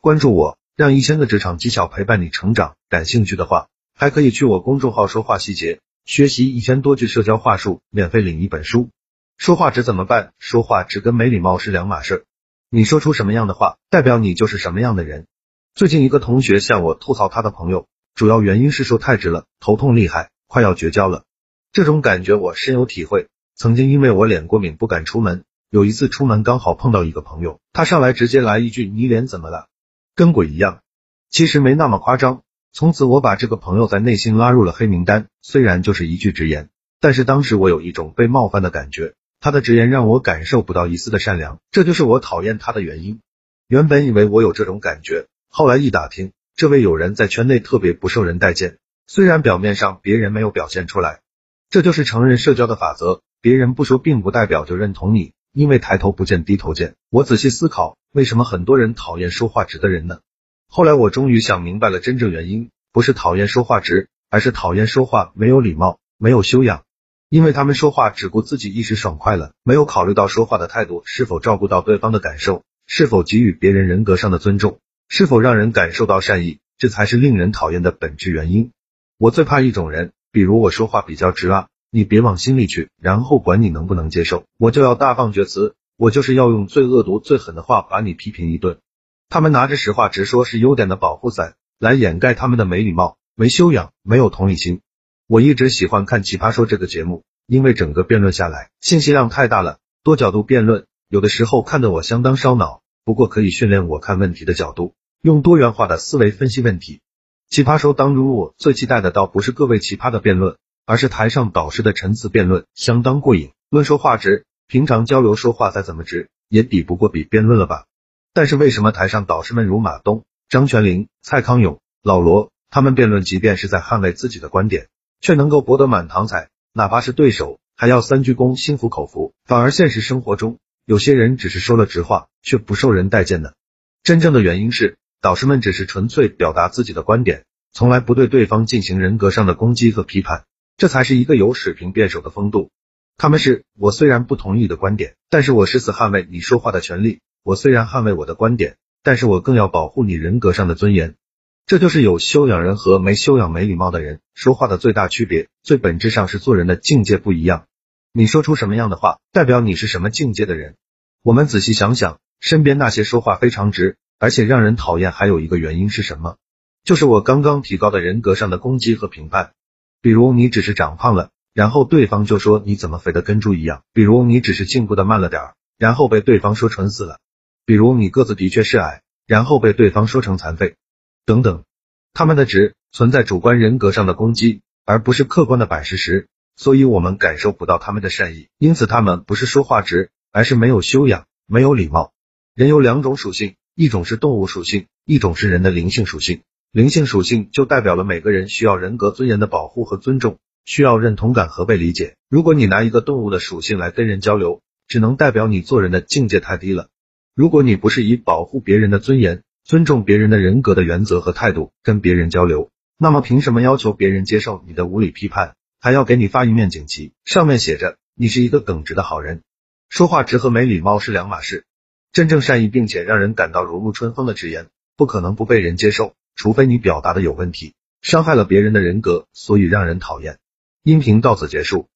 关注我，让1000个职场技巧陪伴你成长。感兴趣的话，还可以去我公众号说话细节，学习1000多句社交话术，免费领一本书。说话直怎么办？说话直跟没礼貌是两码事。你说出什么样的话，代表你就是什么样的人。最近一个同学向我吐槽他的朋友，主要原因是说太直了，头痛厉害，快要绝交了。这种感觉我深有体会，曾经因为我脸过敏不敢出门，有一次出门刚好碰到一个朋友，他上来直接来一句你脸怎么了？跟鬼一样。其实没那么夸张，从此我把这个朋友在内心拉入了黑名单，虽然就是一句直言，但是当时我有一种被冒犯的感觉，他的直言让我感受不到一丝的善良，这就是我讨厌他的原因。原本以为我有这种感觉，后来一打听，这位友人在圈内特别不受人待见，虽然表面上别人没有表现出来。这就是成人社交的法则，别人不说并不代表就认同你，因为抬头不见低头见。我仔细思考，为什么很多人讨厌说话直的人呢？后来我终于想明白了真正原因，不是讨厌说话直，而是讨厌说话没有礼貌，没有修养。因为他们说话只顾自己一时爽快了，没有考虑到说话的态度是否照顾到对方的感受，是否给予别人人格上的尊重，是否让人感受到善意，这才是令人讨厌的本质原因。我最怕一种人，比如我说话比较直啊，你别往心里去，然后管你能不能接受，我就要大放厥词，我就是要用最恶毒最狠的话把你批评一顿。他们拿着实话直说是优点的保护伞，来掩盖他们的没礼貌、没修养、没有同理心。我一直喜欢看奇葩说这个节目，因为整个辩论下来，信息量太大了，多角度辩论，有的时候看得我相当烧脑，不过可以训练我看问题的角度，用多元化的思维分析问题。奇葩说当中我最期待的倒不是各位奇葩的辩论，而是台上导师的陈词辩论，相当过瘾。论说话直，平常交流说话再怎么直，也比不过比辩论了吧。但是为什么台上导师们如马东、张泉灵、蔡康永、老罗，他们辩论即便是在捍卫自己的观点，却能够博得满堂彩，哪怕是对手还要3鞠躬心服口服，反而现实生活中有些人只是说了直话，却不受人待见呢？真正的原因是导师们只是纯粹表达自己的观点，从来不对对方进行人格上的攻击和批判，这才是一个有水平辩手的风度。他们是我虽然不同意的观点，但是我誓死捍卫你说话的权利，我虽然捍卫我的观点，但是我更要保护你人格上的尊严。这就是有修养人和没修养没礼貌的人说话的最大区别，最本质上是做人的境界不一样。你说出什么样的话，代表你是什么境界的人。我们仔细想想，身边那些说话非常直，而且让人讨厌，还有一个原因是什么？就是我刚刚提到的人格上的攻击和评判。比如你只是长胖了，然后对方就说你怎么肥得跟猪一样。比如你只是进步的慢了点，然后被对方说蠢死了。比如你个子的确是矮，然后被对方说成残废。等等，他们的直存在主观人格上的攻击，而不是客观的摆事实，所以我们感受不到他们的善意，因此他们不是说话直，而是没有修养，没有礼貌。人有2种属性，一种是动物属性，一种是人的灵性属性。灵性属性就代表了每个人需要人格尊严的保护和尊重，需要认同感和被理解。如果你拿一个动物的属性来跟人交流，只能代表你做人的境界太低了。如果你不是以保护别人的尊严、尊重别人的人格的原则和态度跟别人交流，那么凭什么要求别人接受你的无理批判，还要给你发一面锦旗，上面写着你是一个耿直的好人。说话直和没礼貌是两码事。真正善意并且让人感到如沐春风的直言，不可能不被人接受，除非你表达的有问题，伤害了别人的人格，所以让人讨厌。音频到此结束。